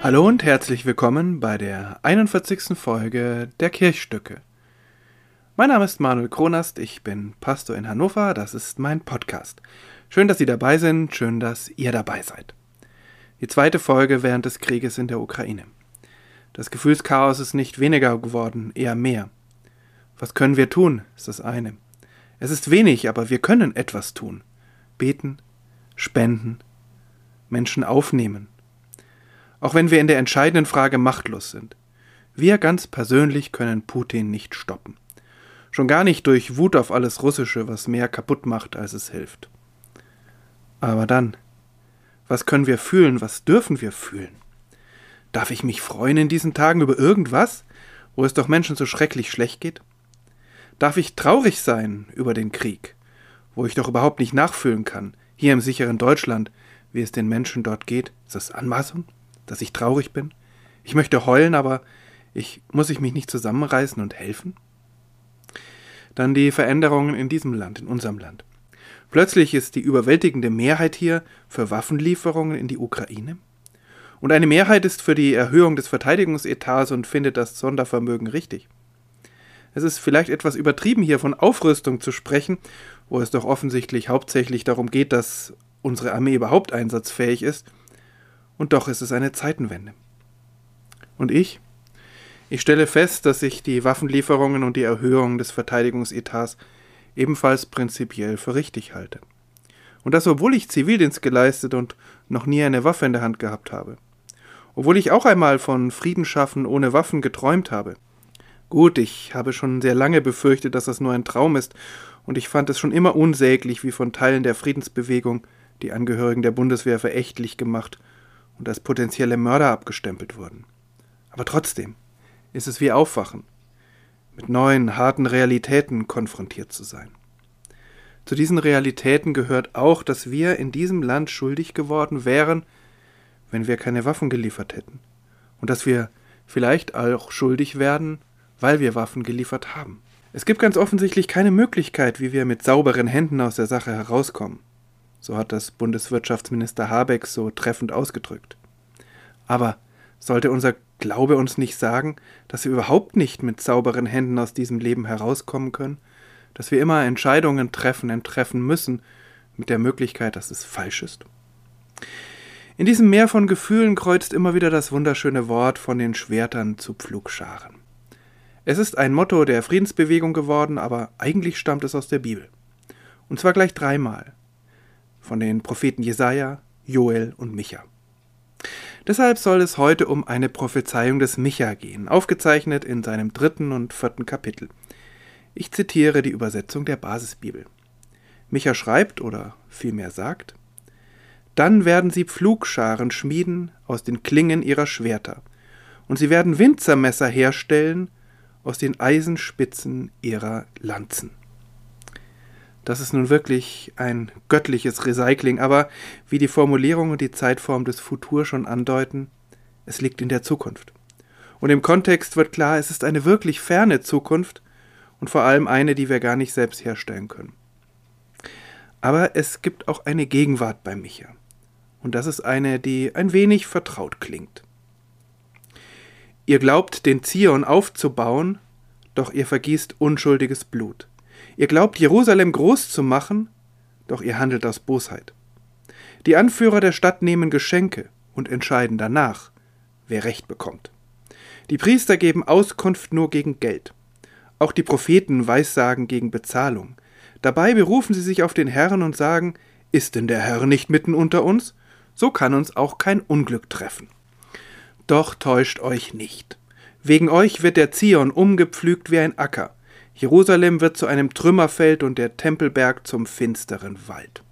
Hallo und herzlich willkommen bei der 41. Folge der Kirchstücke. Mein Name ist Manuel Kronast, ich bin Pastor in Hannover, das ist mein Podcast. Schön, dass Sie dabei sind, schön, dass ihr dabei seid. Die zweite Folge während des Krieges in der Ukraine. Das Gefühlschaos ist nicht weniger geworden, eher mehr. Was können wir tun, ist das eine. Es ist wenig, aber wir können etwas tun. Beten, spenden, Menschen aufnehmen. Auch wenn wir in der entscheidenden Frage machtlos sind. Wir ganz persönlich können Putin nicht stoppen. Schon gar nicht durch Wut auf alles Russische, was mehr kaputt macht, als es hilft. Aber dann, was können wir fühlen, was dürfen wir fühlen? Darf ich mich freuen in diesen Tagen über irgendwas, wo es doch Menschen so schrecklich schlecht geht? Darf ich traurig sein über den Krieg, wo ich doch überhaupt nicht nachfühlen kann, hier im sicheren Deutschland, wie es den Menschen dort geht? Ist das Anmaßung, dass ich traurig bin? Ich möchte heulen, aber muss ich mich nicht zusammenreißen und helfen? Dann die Veränderungen in diesem Land, in unserem Land. Plötzlich ist die überwältigende Mehrheit hier für Waffenlieferungen in die Ukraine. Und eine Mehrheit ist für die Erhöhung des Verteidigungsetats und findet das Sondervermögen richtig. Es ist vielleicht etwas übertrieben, hier von Aufrüstung zu sprechen, wo es doch offensichtlich hauptsächlich darum geht, dass unsere Armee überhaupt einsatzfähig ist. Und doch ist es eine Zeitenwende. Und ich stelle fest, dass ich die Waffenlieferungen und die Erhöhung des Verteidigungsetats ebenfalls prinzipiell für richtig halte. Und das, obwohl ich Zivildienst geleistet und noch nie eine Waffe in der Hand gehabt habe. Obwohl ich auch einmal von Frieden schaffen ohne Waffen geträumt habe. Gut, ich habe schon sehr lange befürchtet, dass das nur ein Traum ist, und ich fand es schon immer unsäglich, wie von Teilen der Friedensbewegung die Angehörigen der Bundeswehr verächtlich gemacht und als potenzielle Mörder abgestempelt wurden. Aber trotzdem ist es wie Aufwachen, mit neuen, harten Realitäten konfrontiert zu sein. Zu diesen Realitäten gehört auch, dass wir in diesem Land schuldig geworden wären, wenn wir keine Waffen geliefert hätten. Und dass wir vielleicht auch schuldig werden, weil wir Waffen geliefert haben. Es gibt ganz offensichtlich keine Möglichkeit, wie wir mit sauberen Händen aus der Sache herauskommen. So hat das Bundeswirtschaftsminister Habeck so treffend ausgedrückt. Aber sollte unser Glaube uns nicht sagen, dass wir überhaupt nicht mit sauberen Händen aus diesem Leben herauskommen können, dass wir immer Entscheidungen treffen müssen, mit der Möglichkeit, dass es falsch ist? In diesem Meer von Gefühlen kreuzt immer wieder das wunderschöne Wort von den Schwertern zu Pflugscharen. Es ist ein Motto der Friedensbewegung geworden, aber eigentlich stammt es aus der Bibel. Und zwar gleich 3-mal. Von den Propheten Jesaja, Joel und Micha. Deshalb soll es heute um eine Prophezeiung des Micha gehen, aufgezeichnet in seinem 3. und 4. Kapitel. Ich zitiere die Übersetzung der Basisbibel. Micha schreibt, oder vielmehr sagt: Dann werden sie Pflugscharen schmieden aus den Klingen ihrer Schwerter, und sie werden Winzermesser herstellen aus den Eisenspitzen ihrer Lanzen. Das ist nun wirklich ein göttliches Recycling, aber wie die Formulierung und die Zeitform des Futur schon andeuten, es liegt in der Zukunft. Und im Kontext wird klar, es ist eine wirklich ferne Zukunft und vor allem eine, die wir gar nicht selbst herstellen können. Aber es gibt auch eine Gegenwart bei Micha. Und das ist eine, die ein wenig vertraut klingt. Ihr glaubt, den Zion aufzubauen, doch ihr vergießt unschuldiges Blut. Ihr glaubt, Jerusalem groß zu machen, doch ihr handelt aus Bosheit. Die Anführer der Stadt nehmen Geschenke und entscheiden danach, wer Recht bekommt. Die Priester geben Auskunft nur gegen Geld. Auch die Propheten weissagen gegen Bezahlung. Dabei berufen sie sich auf den Herrn und sagen: Ist denn der Herr nicht mitten unter uns? So kann uns auch kein Unglück treffen. Doch täuscht euch nicht. Wegen euch wird der Zion umgepflügt wie ein Acker. Jerusalem wird zu einem Trümmerfeld und der Tempelberg zum finsteren Wald.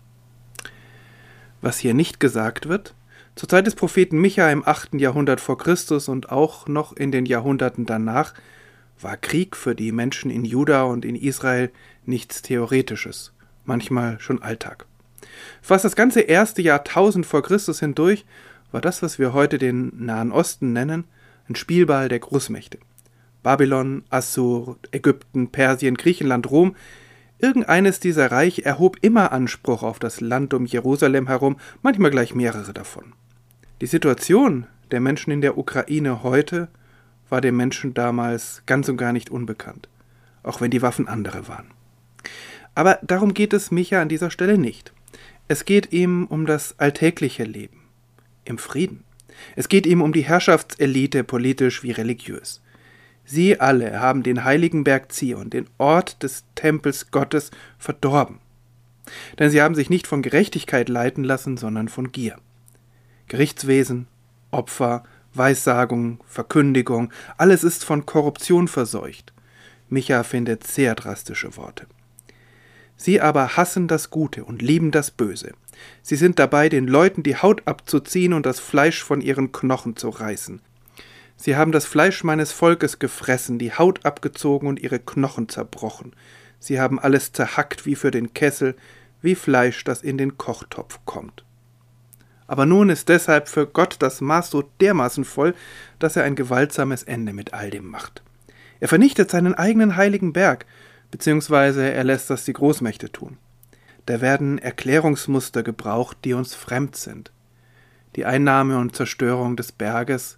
Was hier nicht gesagt wird: Zur Zeit des Propheten Micha im 8. Jahrhundert vor Christus und auch noch in den Jahrhunderten danach war Krieg für die Menschen in Juda und in Israel nichts Theoretisches, manchmal schon Alltag. Fast das ganze 1. Jahrtausend vor Christus hindurch war das, was wir heute den Nahen Osten nennen, ein Spielball der Großmächte. Babylon, Assur, Ägypten, Persien, Griechenland, Rom, irgendeines dieser Reiche erhob immer Anspruch auf das Land um Jerusalem herum, manchmal gleich mehrere davon. Die Situation der Menschen in der Ukraine heute war den Menschen damals ganz und gar nicht unbekannt, auch wenn die Waffen andere waren. Aber darum geht es Micha an dieser Stelle nicht. Es geht ihm um das alltägliche Leben, im Frieden. Es geht ihm um die Herrschaftselite, politisch wie religiös. Sie alle haben den heiligen Berg Zion, den Ort des Tempels Gottes, verdorben. Denn sie haben sich nicht von Gerechtigkeit leiten lassen, sondern von Gier. Gerichtswesen, Opfer, Weissagung, Verkündigung, alles ist von Korruption verseucht. Micha findet sehr drastische Worte. Sie aber hassen das Gute und lieben das Böse. Sie sind dabei, den Leuten die Haut abzuziehen und das Fleisch von ihren Knochen zu reißen. Sie haben das Fleisch meines Volkes gefressen, die Haut abgezogen und ihre Knochen zerbrochen. Sie haben alles zerhackt wie für den Kessel, wie Fleisch, das in den Kochtopf kommt. Aber nun ist deshalb für Gott das Maß so dermaßen voll, dass er ein gewaltsames Ende mit all dem macht. Er vernichtet seinen eigenen heiligen Berg, beziehungsweise er lässt das die Großmächte tun. Da werden Erklärungsmuster gebraucht, die uns fremd sind. Die Einnahme und Zerstörung des Berges,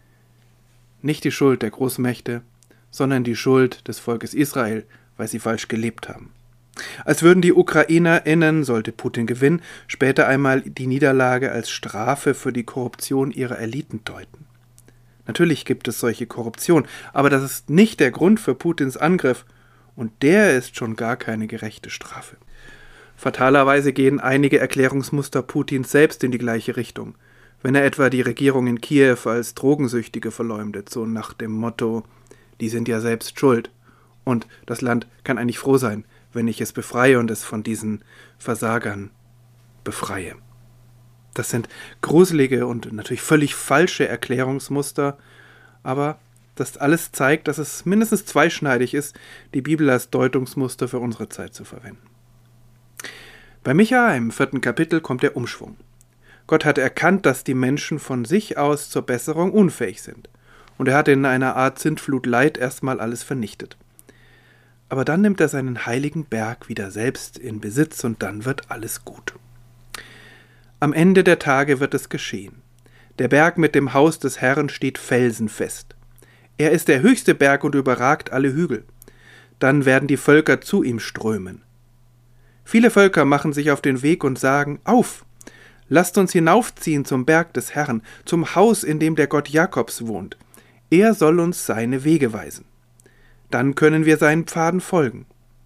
nicht die Schuld der Großmächte, sondern die Schuld des Volkes Israel, weil sie falsch gelebt haben. Als würden die UkrainerInnen, sollte Putin gewinnen, später einmal die Niederlage als Strafe für die Korruption ihrer Eliten deuten. Natürlich gibt es solche Korruption, aber das ist nicht der Grund für Putins Angriff, und der ist schon gar keine gerechte Strafe. Fatalerweise gehen einige Erklärungsmuster Putins selbst in die gleiche Richtung, wenn er etwa die Regierung in Kiew als Drogensüchtige verleumdet, so nach dem Motto, die sind ja selbst schuld und das Land kann eigentlich froh sein, wenn ich es befreie und es von diesen Versagern befreie. Das sind gruselige und natürlich völlig falsche Erklärungsmuster, aber das alles zeigt, dass es mindestens zweischneidig ist, die Bibel als Deutungsmuster für unsere Zeit zu verwenden. Bei Micha im 4. Kapitel kommt der Umschwung. Gott hat erkannt, dass die Menschen von sich aus zur Besserung unfähig sind. Und er hat in einer Art Sintflut Leid erstmal alles vernichtet. Aber dann nimmt er seinen heiligen Berg wieder selbst in Besitz und dann wird alles gut. Am Ende der Tage wird es geschehen. Der Berg mit dem Haus des Herrn steht felsenfest. Er ist der höchste Berg und überragt alle Hügel. Dann werden die Völker zu ihm strömen. Viele Völker machen sich auf den Weg und sagen, auf! Lasst uns hinaufziehen zum Berg des Herrn, zum Haus, in dem der Gott Jakobs wohnt. Er soll uns seine Wege weisen. Dann können wir seinen Pfaden folgen.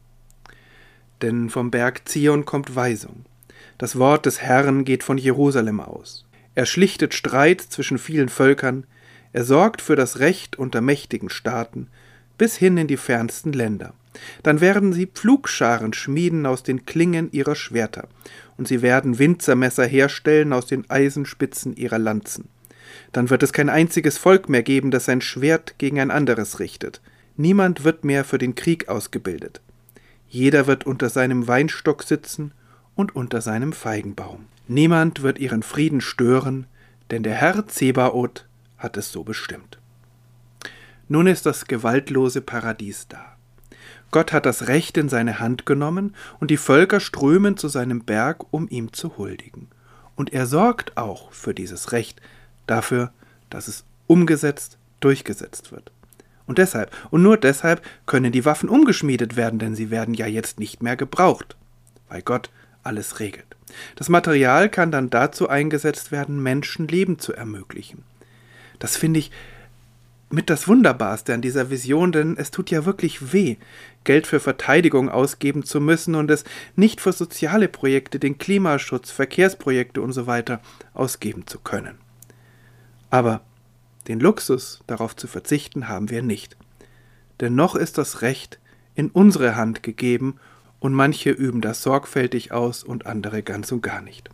Denn vom Berg Zion kommt Weisung. Das Wort des Herrn geht von Jerusalem aus. Er schlichtet Streit zwischen vielen Völkern. Er sorgt für das Recht unter mächtigen Staaten, bis hin in die fernsten Länder. Dann werden sie Pflugscharen schmieden aus den Klingen ihrer Schwerter, und sie werden Winzermesser herstellen aus den Eisenspitzen ihrer Lanzen. Dann wird es kein einziges Volk mehr geben, das sein Schwert gegen ein anderes richtet. Niemand wird mehr für den Krieg ausgebildet. Jeder wird unter seinem Weinstock sitzen und unter seinem Feigenbaum. Niemand wird ihren Frieden stören, denn der Herr Zebaoth hat es so bestimmt. Nun ist das gewaltlose Paradies da. Gott hat das Recht in seine Hand genommen und die Völker strömen zu seinem Berg, um ihm zu huldigen. Und er sorgt auch für dieses Recht, dafür, dass es umgesetzt, durchgesetzt wird. Und deshalb, und nur deshalb, können die Waffen umgeschmiedet werden, denn sie werden ja jetzt nicht mehr gebraucht, weil Gott alles regelt. Das Material kann dann dazu eingesetzt werden, Menschen Leben zu ermöglichen. Das finde ich mit das Wunderbarste an dieser Vision, denn es tut ja wirklich weh, Geld für Verteidigung ausgeben zu müssen und es nicht für soziale Projekte, den Klimaschutz, Verkehrsprojekte und so weiter ausgeben zu können. Aber den Luxus, darauf zu verzichten, haben wir nicht. Denn noch ist das Recht in unsere Hand gegeben und manche üben das sorgfältig aus und andere ganz und gar nicht.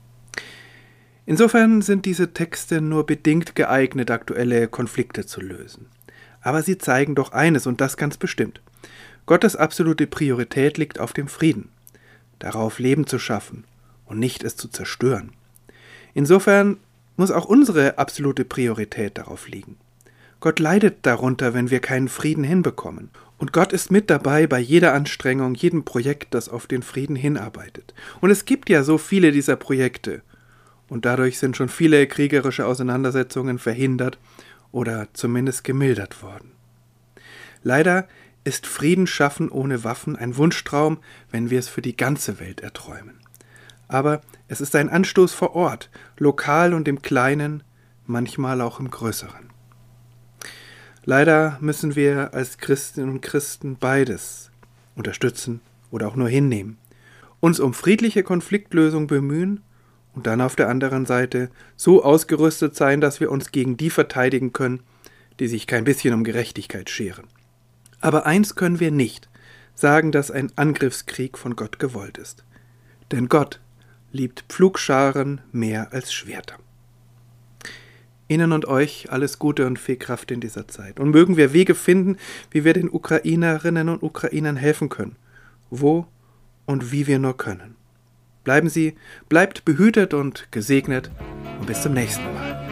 Insofern sind diese Texte nur bedingt geeignet, aktuelle Konflikte zu lösen. Aber sie zeigen doch eines, und das ganz bestimmt. Gottes absolute Priorität liegt auf dem Frieden, darauf Leben zu schaffen und nicht es zu zerstören. Insofern muss auch unsere absolute Priorität darauf liegen. Gott leidet darunter, wenn wir keinen Frieden hinbekommen. Und Gott ist mit dabei bei jeder Anstrengung, jedem Projekt, das auf den Frieden hinarbeitet. Und es gibt ja so viele dieser Projekte. und dadurch sind schon viele kriegerische Auseinandersetzungen verhindert oder zumindest gemildert worden. Leider ist Frieden schaffen ohne Waffen ein Wunschtraum, wenn wir es für die ganze Welt erträumen. Aber es ist ein Anstoß vor Ort, lokal und im Kleinen, manchmal auch im Größeren. Leider müssen wir als Christinnen und Christen beides unterstützen oder auch nur hinnehmen, uns um friedliche Konfliktlösung bemühen und dann auf der anderen Seite so ausgerüstet sein, dass wir uns gegen die verteidigen können, die sich kein bisschen um Gerechtigkeit scheren. Aber eins können wir nicht, sagen, dass ein Angriffskrieg von Gott gewollt ist. Denn Gott liebt Pflugscharen mehr als Schwerter. Ihnen und euch alles Gute und viel Kraft in dieser Zeit. Und mögen wir Wege finden, wie wir den Ukrainerinnen und Ukrainern helfen können. Wo und wie wir nur können. Bleibt behütet und gesegnet und bis zum nächsten Mal.